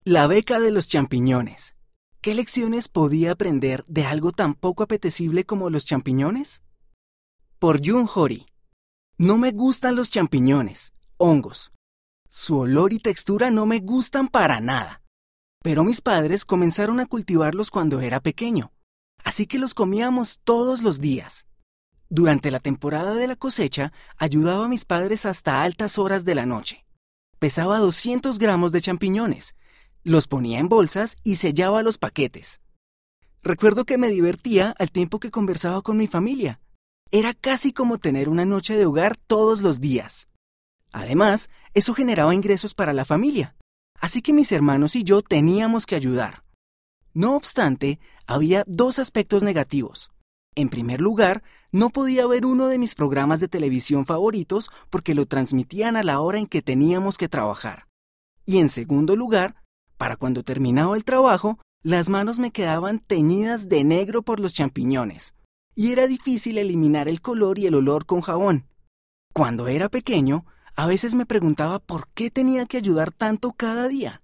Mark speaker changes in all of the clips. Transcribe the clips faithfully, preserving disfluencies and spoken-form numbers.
Speaker 1: La beca de los champiñones. ¿Qué lecciones podía aprender de algo tan poco apetecible como los champiñones? Por Jun Hori. No me gustan los champiñones, hongos. Su olor y textura no me gustan para nada. Pero mis padres comenzaron a cultivarlos cuando era pequeño, así que los comíamos todos los días. Durante la temporada de la cosecha, ayudaba a mis padres hasta altas horas de la noche. Pesaba doscientos gramos de champiñones. Los ponía en bolsas y sellaba los paquetes. Recuerdo que me divertía al tiempo que conversaba con mi familia. Era casi como tener una noche de hogar todos los días. Además, eso generaba ingresos para la familia, así que mis hermanos y yo teníamos que ayudar. No obstante, había dos aspectos negativos. En primer lugar, no podía ver uno de mis programas de televisión favoritos porque lo transmitían a la hora en que teníamos que trabajar. Y en segundo lugar, para cuando terminaba el trabajo, las manos me quedaban teñidas de negro por los champiñones, y era difícil eliminar el color y el olor con jabón. Cuando era pequeño, a veces me preguntaba por qué tenía que ayudar tanto cada día.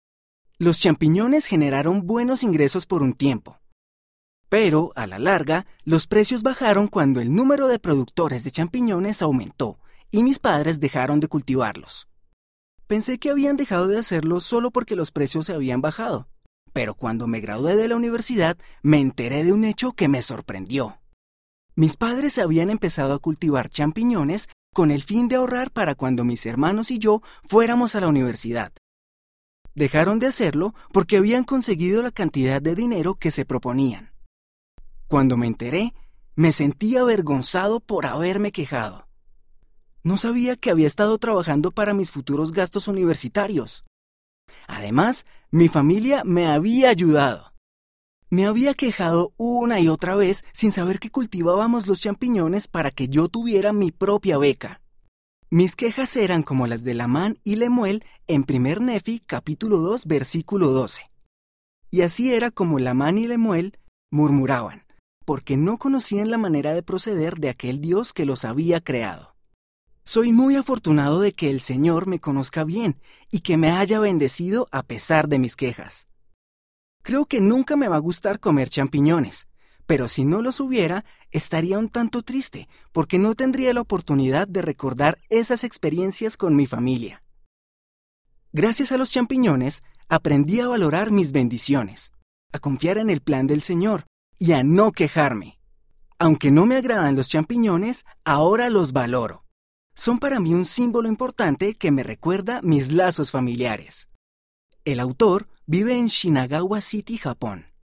Speaker 1: Los champiñones generaron buenos ingresos por un tiempo. Pero, a la larga, los precios bajaron cuando el número de productores de champiñones aumentó y mis padres dejaron de cultivarlos. Pensé que habían dejado de hacerlo solo porque los precios se habían bajado, pero cuando me gradué de la universidad me enteré de un hecho que me sorprendió. Mis padres habían empezado a cultivar champiñones con el fin de ahorrar para cuando mis hermanos y yo fuéramos a la universidad. Dejaron de hacerlo porque habían conseguido la cantidad de dinero que se proponían. Cuando me enteré, me sentí avergonzado por haberme quejado. No sabía que había estado trabajando para mis futuros gastos universitarios. Además, mi familia me había ayudado. Me había quejado una y otra vez sin saber que cultivábamos los champiñones para que yo tuviera mi propia beca. Mis quejas eran como las de Lamán y Lemuel en primer Nefi, capítulo dos, versículo doce. Y así era como Lamán y Lemuel murmuraban, porque no conocían la manera de proceder de aquel Dios que los había creado. Soy muy afortunado de que el Señor me conozca bien y que me haya bendecido a pesar de mis quejas. Creo que nunca me va a gustar comer champiñones, pero si no los hubiera, estaría un tanto triste, porque no tendría la oportunidad de recordar esas experiencias con mi familia. Gracias a los champiñones, aprendí a valorar mis bendiciones, a confiar en el plan del Señor y a no quejarme. Aunque no me agradan los champiñones, ahora los valoro. Son para mí un símbolo importante que me recuerda mis lazos familiares. El autor vive en Shinagawa City, Japón.